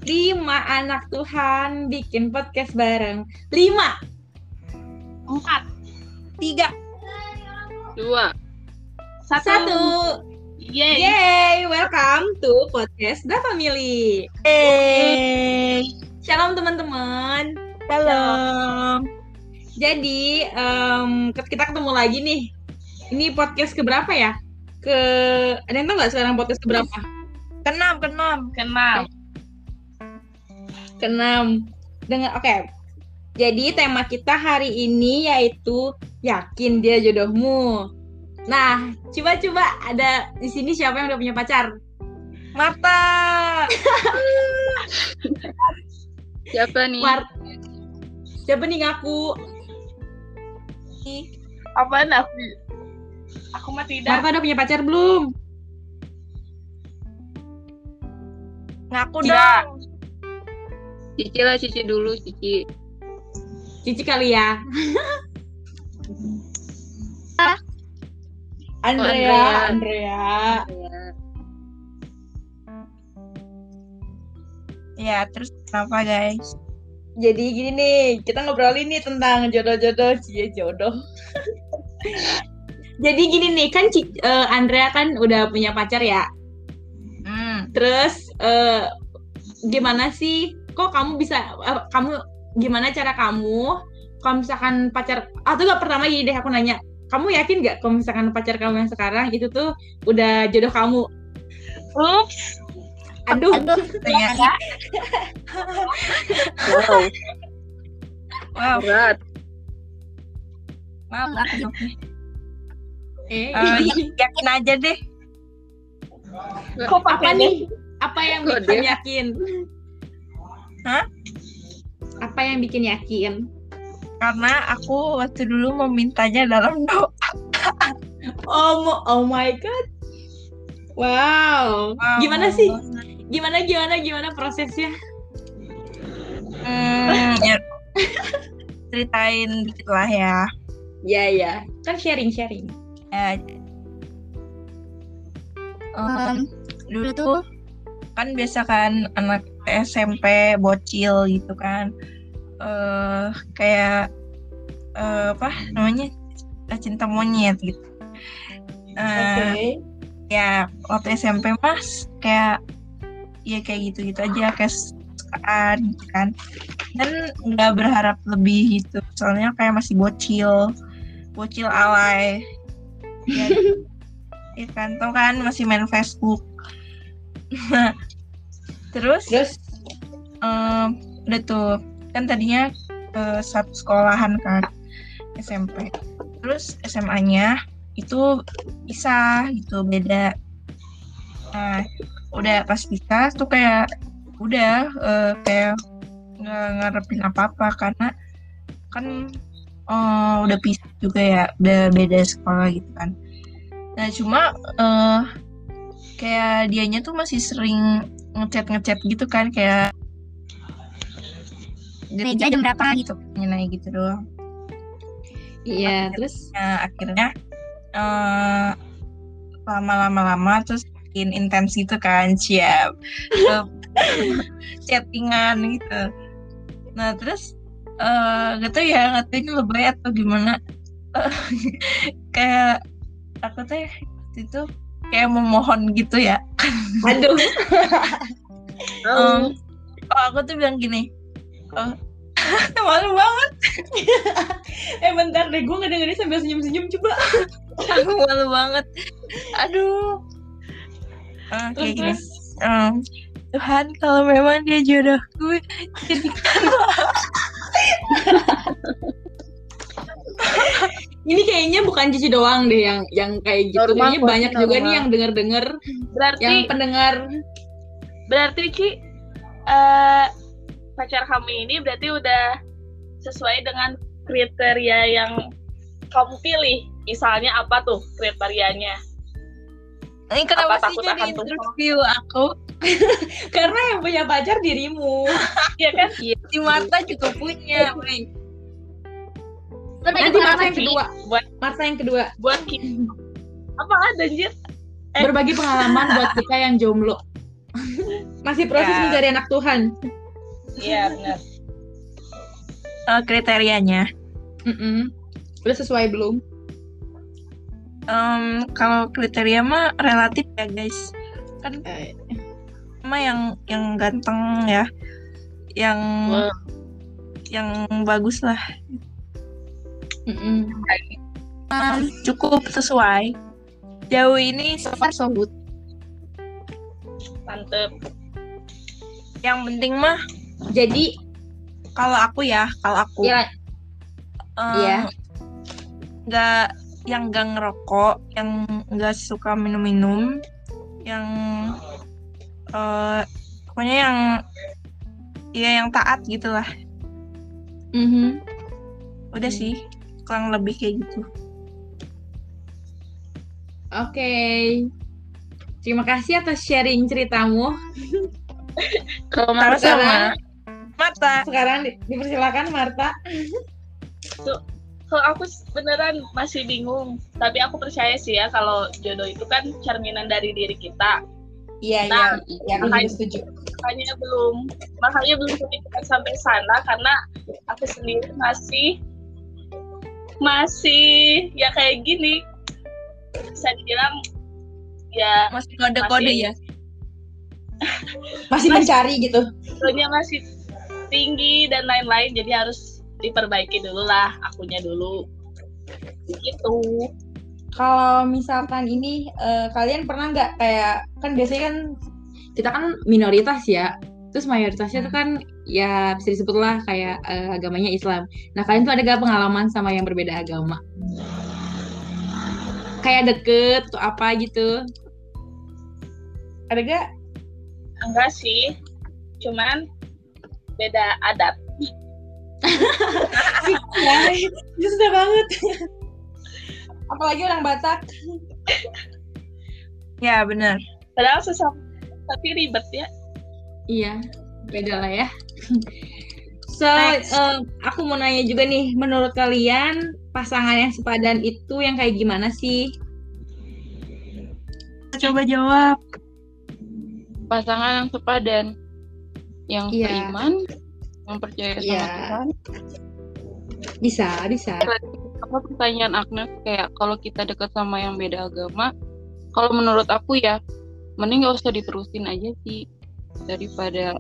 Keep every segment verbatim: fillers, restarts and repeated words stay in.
Lima anak Tuhan bikin podcast bareng. Lima. Empat. Tiga. Dua. Satu. Satu. Yeay. Yeay, welcome to podcast The Family. Yeay. Shalom teman-teman. Shalom. Jadi um, kita ketemu lagi nih. Ini podcast keberapa ya? Ke ada yang tahu nggak sekarang podcast keberapa? Kenam, kenam, kenam. Keenam. Dengan oke. Okay. Jadi tema kita hari ini yaitu yakin dia jodohmu. Nah, coba-coba ada di sini siapa yang udah punya pacar? Marta. Siapa nih? Mar- siapa nih ngaku? Apaan aku? Aku mah tidak. Marta udah punya pacar belum? Ngaku Tidak. dong. Cici lah, Cici dulu, Cici. Cici kali ya. Andrea, Andrea. Andrea. Ya, terus kenapa guys? Jadi gini nih, kita ngobrolin nih tentang jodoh-jodoh, cie jodoh. Jadi gini nih, kan Ci- eh, Andrea kan udah punya pacar ya. Hmm. Terus eh, gimana sih? Kok kamu bisa? eh, kamu gimana cara kamu? Kalau misalkan pacar, atau nggak pertama gini deh aku nanya, kamu yakin nggak kalau misalkan pacar kamu yang sekarang itu tuh udah jodoh kamu? Ups. Aduh. Ternyata. Wow, Wow. berat. Maaf aku. Eh, Eh, yakin aja deh. kok apa pakai nih? Apa yang Kok bikin dia? yakin? Hah? Apa yang bikin yakin? Karena aku waktu dulu memintanya dalam doa. Oh, mo- oh my god. Wow. Gimana sih? Gimana gimana gimana prosesnya? Hmm, ya. Ceritain dikit lah ya. Ya ya. Kan sharing sharing. Ya. Um, dulu tuh kan biasa kan anak S M P bocil gitu kan, eh kayak eh, apa namanya, cinta monyet gitu. Eh, Ya waktu S M P mas kayak ya kayak gitu-gitu aja, kayak sukaan gitu kan, dan nggak berharap lebih gitu, soalnya kayak masih bocil bocil alay ya, ya kan, tau kan masih main Facebook. Nah, terus Terus em, udah tuh kan tadinya eh, satu sekolahan kan S M P, terus S M A-nya itu pisah gitu, beda. Nah udah pas pisah tuh kayak udah eh, kayak nggak ngarepin apa-apa karena kan eh, udah pisah juga ya, udah beda sekolah gitu kan. Nah cuma eh, kayak dianya tuh masih sering ngechat ngechat gitu kan, kayak gereja jam berapa gitu, nanya gitu doang. iya, terus Nah akhirnya eh, lama-lama-lama terus makin intens gitu kan, siap eh, chattingan gitu. Nah terus eh, gak tau ya, gak tau ini lebay atau gimana. Eh, kayak aku teh itu kayak memohon gitu ya. aduh. Em, oh, aku tuh bilang gini, oh, malu banget. Eh bentar deh, gue ngedengerin sambil senyum-senyum coba. Aku malu banget. Aduh. Eh, kayak gini. Terus Em, Tuhan, kalau memang dia jodohku, jadikanlah. ini kayaknya bukan Cici doang deh yang yang kayak gitu. Normal Kayaknya kok, banyak normal. juga nih yang denger-denger, Berarti yang pendengar. berarti Ci eh, pacar kamu ini berarti udah sesuai dengan kriteria yang kamu pilih. Misalnya apa tuh kriterianya? Ini kenapa Apa sih takut jadi akan tumpah? interview aku? Karena yang punya pacar dirimu. Iya kan? Si Marta juga punya, Meng. Nanti Marta yang Ci, kedua. buat Marta yang kedua. buat kita. Apa ada anjir? Eh. Berbagi pengalaman buat kita yang jomblo. Masih proses Ya. mencari anak Tuhan. Iya benar. Eh, kriterianya. Mm-mm. Udah sesuai belum? Em, kalau kriteria mah relatif ya guys. Kan Eh, mah yang yang ganteng ya, yang Wah, yang bagus lah. mm-mm. Cukup sesuai. Jauh ini so far so good. Mantep. Yang penting mah Jadi kalau aku ya, kalau aku ya, em, Iya. nggak yang nggak ngerokok, yang nggak suka minum-minum, yang eh, pokoknya yang ya yang taat gitulah. mhm. Udah sih, kurang lebih kayak gitu. Oke. Terima kasih atas sharing ceritamu. kalau Sama-sama. Sekarang, Mata. sekarang di- dipersilakan Marta. Tuh, kalau aku beneran masih bingung. Tapi aku percaya sih ya kalau jodoh itu kan cerminan dari diri kita. Iya, Nah, iya, aku makanya- juga setuju. Makanya belum, makanya belum kepikiran sampai sana karena aku sendiri masih masih ya kayak gini. Bisa dibilang ya Masih kode-kode Masih- ya. Masih mencari gitu. jodohnya masih tinggi dan lain-lain, jadi harus diperbaiki dulu lah akunya dulu. Gitu. Kalau misalkan ini eh, kalian pernah nggak kayak kan biasanya kan kita kan minoritas ya, terus mayoritasnya tuh kan ya bisa disebut lah kayak eh, agamanya Islam. Nah kalian tuh ada gak pengalaman sama yang berbeda agama? Kayak deket atau apa gitu? Ada gak? Enggak sih, cuman beda adat. Ya, itu sudah banget. Apalagi orang Batak. Ya benar. Padahal sesama, tapi ribet ya. Iya, beda lah ya. So, Next. eh, aku mau nanya juga nih, menurut kalian pasangan yang sepadan itu yang kayak gimana sih? Coba jawab. pasangan yang sepadan, yang Iya. beriman, yang percaya sama Iya. Tuhan. Bisa, bisa. Apa pertanyaan Agnes kayak kalau kita dekat sama yang beda agama, kalau menurut aku ya mending gak usah diterusin aja sih daripada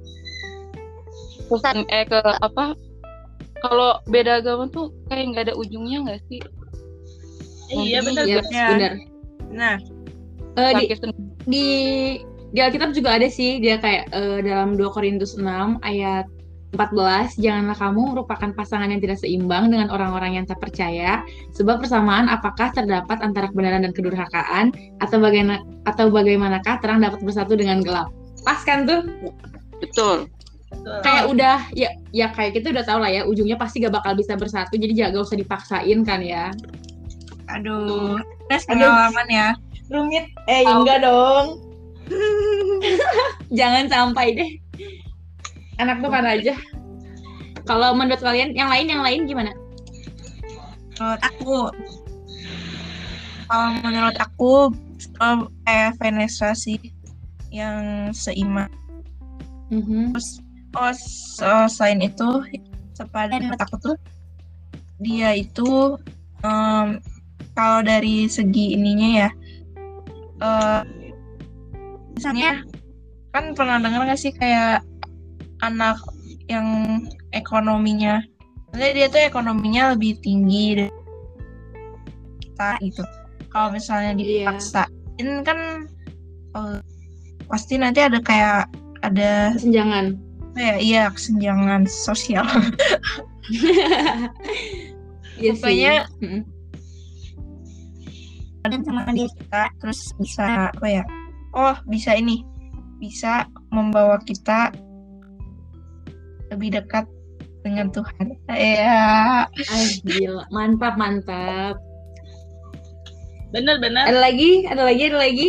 pesan eh ke apa kalau beda agama tuh kayak nggak ada ujungnya nggak sih? Iya Mungkin benar. Iya, Ya. benar. Nah, Eh, di, sakit sendiri. di di Alkitab juga ada sih, dia kayak eh, dalam dua Korintus enam ayat empat belas, janganlah kamu merupakan pasangan yang tidak seimbang dengan orang-orang yang tak percaya, sebab persamaan apakah terdapat antara kebenaran dan kedurhakaan, atau bagaimana atau bagaimanakah terang dapat bersatu dengan gelap. Pas kan tuh? Betul. Betul. Kayak udah ya ya kayak kita udah tahu lah ya, ujungnya pasti gak bakal bisa bersatu, jadi jangan gak usah dipaksain kan ya. aduh. Tes Aduh. pengalaman ya. Rumit. Eh, enggak dong. Jangan sampai deh. Anak Tuhan aja. Kalau menurut kalian, yang lain yang lain gimana? Menurut aku, kalau menurut aku eh, kayak Vanessa sih yang seiman. Mhm. Oh, so- selain itu sepadan menurut aku tuh dia itu em, kalau dari segi ininya ya, eh, misalnya kan pernah dengar nggak sih kayak anak yang ekonominya, maksudnya dia tuh ekonominya lebih tinggi dari kita gitu. Kalau misalnya Iya. dipaksain kan eh, pasti nanti ada kayak ada Kesenjangan. apa ya, iya kesenjangan sosial. Iya sih. Pokoknya Mm-mm. dan sama diri kita terus bisa apa ya, oh bisa ini bisa membawa kita lebih dekat dengan Tuhan ya. Ah, gila. Mantap, mantap. Bener-bener, Ada lagi? Ada lagi? Ada lagi?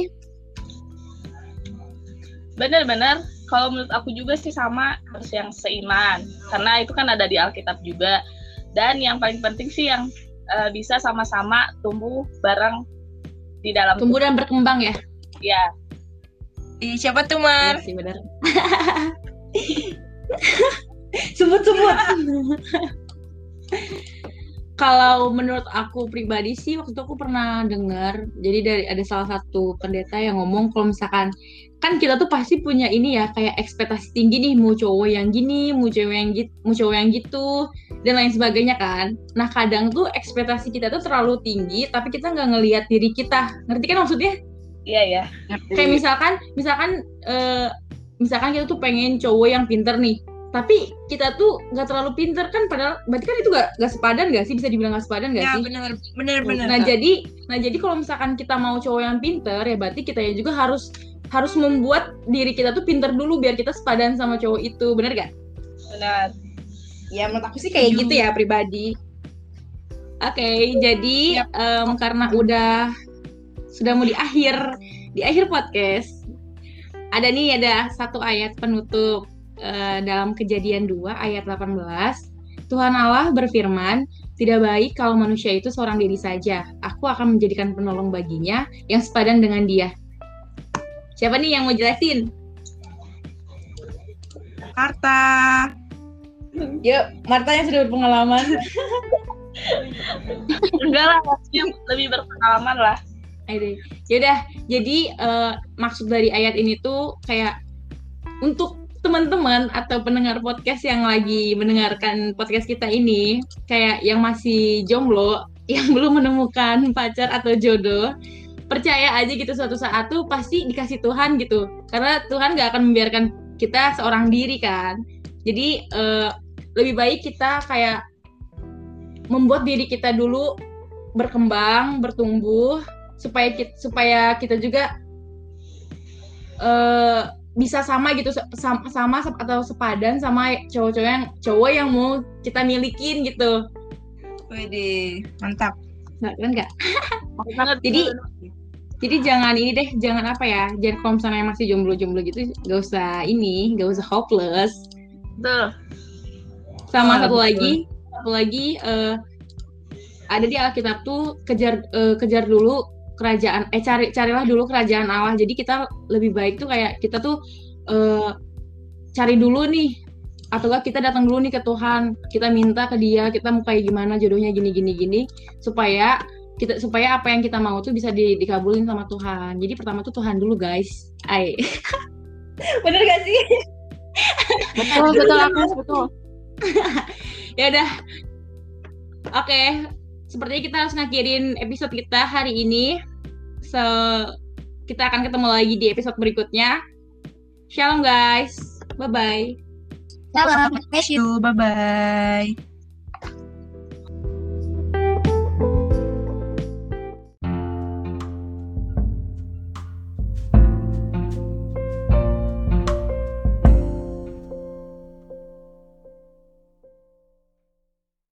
bener-bener. Kalau menurut aku juga sih sama, harus yang seiman. Karena itu kan ada di Alkitab juga. Dan yang paling penting sih yang eh, bisa sama-sama tumbuh bareng di dalam Tumbuh dan berkembang ya? ya. Ih, siapa tuh, Iya Mar? sih benar. Sebut-sebut. Kalau menurut aku pribadi sih, waktu itu aku pernah dengar, jadi dari ada salah satu pendeta yang ngomong kalau misalkan kan kita tuh pasti punya ini ya kayak ekspektasi tinggi nih, mau cowok yang gini, mau cewek yang gitu, mau cowok yang gitu dan lain sebagainya kan. Nah kadang tuh ekspektasi kita tuh terlalu tinggi, tapi kita nggak ngelihat diri kita. Ngerti kan maksudnya? Iya ya. Kayak misalkan, misalkan, eh, misalkan kita tuh pengen cowok yang pinter nih, tapi kita tuh nggak terlalu pinter kan, padahal berarti kan itu nggak nggak sepadan nggak sih, bisa dibilang nggak sepadan nggak Ya, sih? benar, benar, benar. Nah jadi, nah jadi kalau misalkan kita mau cowok yang pinter ya berarti kita juga harus harus membuat diri kita tuh pinter dulu biar kita sepadan sama cowok itu, bener gak? Benar. Ya menurut aku sih kayak gitu ya pribadi. Oke, jadi Yap. em, karena udah sudah mau di akhir di akhir podcast, ada nih ada satu ayat penutup eh, dalam Kejadian dua ayat delapan belas. Tuhan Allah berfirman, tidak baik kalau manusia itu seorang diri saja. Aku akan menjadikan penolong baginya yang sepadan dengan dia. Siapa nih yang mau jelasin? Marta. Yuk, Marta yang sudah berpengalaman. Enggak lah, maksudnya lebih berpengalaman lah. Ayo, yaudah. Jadi eh, maksud dari ayat ini tuh kayak untuk teman-teman atau pendengar podcast yang lagi mendengarkan podcast kita ini, kayak yang masih jomblo, yang belum menemukan pacar atau jodoh, percaya aja gitu suatu saat tuh pasti dikasih Tuhan gitu. Karena Tuhan gak akan membiarkan kita seorang diri kan. Jadi eh, lebih baik kita kayak membuat diri kita dulu berkembang, bertumbuh, supaya kita, supaya kita juga uh, bisa sama gitu, sama, sama atau sepadan sama cowok-cowok yang cowok yang mau kita milikin gitu. Wede, mantap. Nah, kan nggak? Banget. Jadi jadi jangan ini deh, jangan apa ya, jangan kalau misalnya masih jomblo-jomblo gitu, gak usah ini, gak usah hopeless. Betul. Sama Oh, satu betul. lagi, satu lagi uh, ada di Alkitab tuh kejar uh, kejar dulu kerajaan, eh cari carilah dulu kerajaan Allah. Jadi kita lebih baik tuh kayak kita tuh uh, cari dulu nih, atau enggak kita datang dulu nih ke Tuhan, kita minta ke Dia, kita mau kayak gimana jodohnya gini gini gini, supaya kita supaya apa yang kita mau tuh bisa di, dikabulin sama Tuhan. Jadi pertama tuh Tuhan dulu guys. Ay. Bener gak sih? Betul, betul, Agnes, betul. Ya udah. Oke, sepertinya kita harus ngakhirin episode kita hari ini. So, kita akan ketemu lagi di episode berikutnya. Shalom guys. Bye-bye. Bye-bye.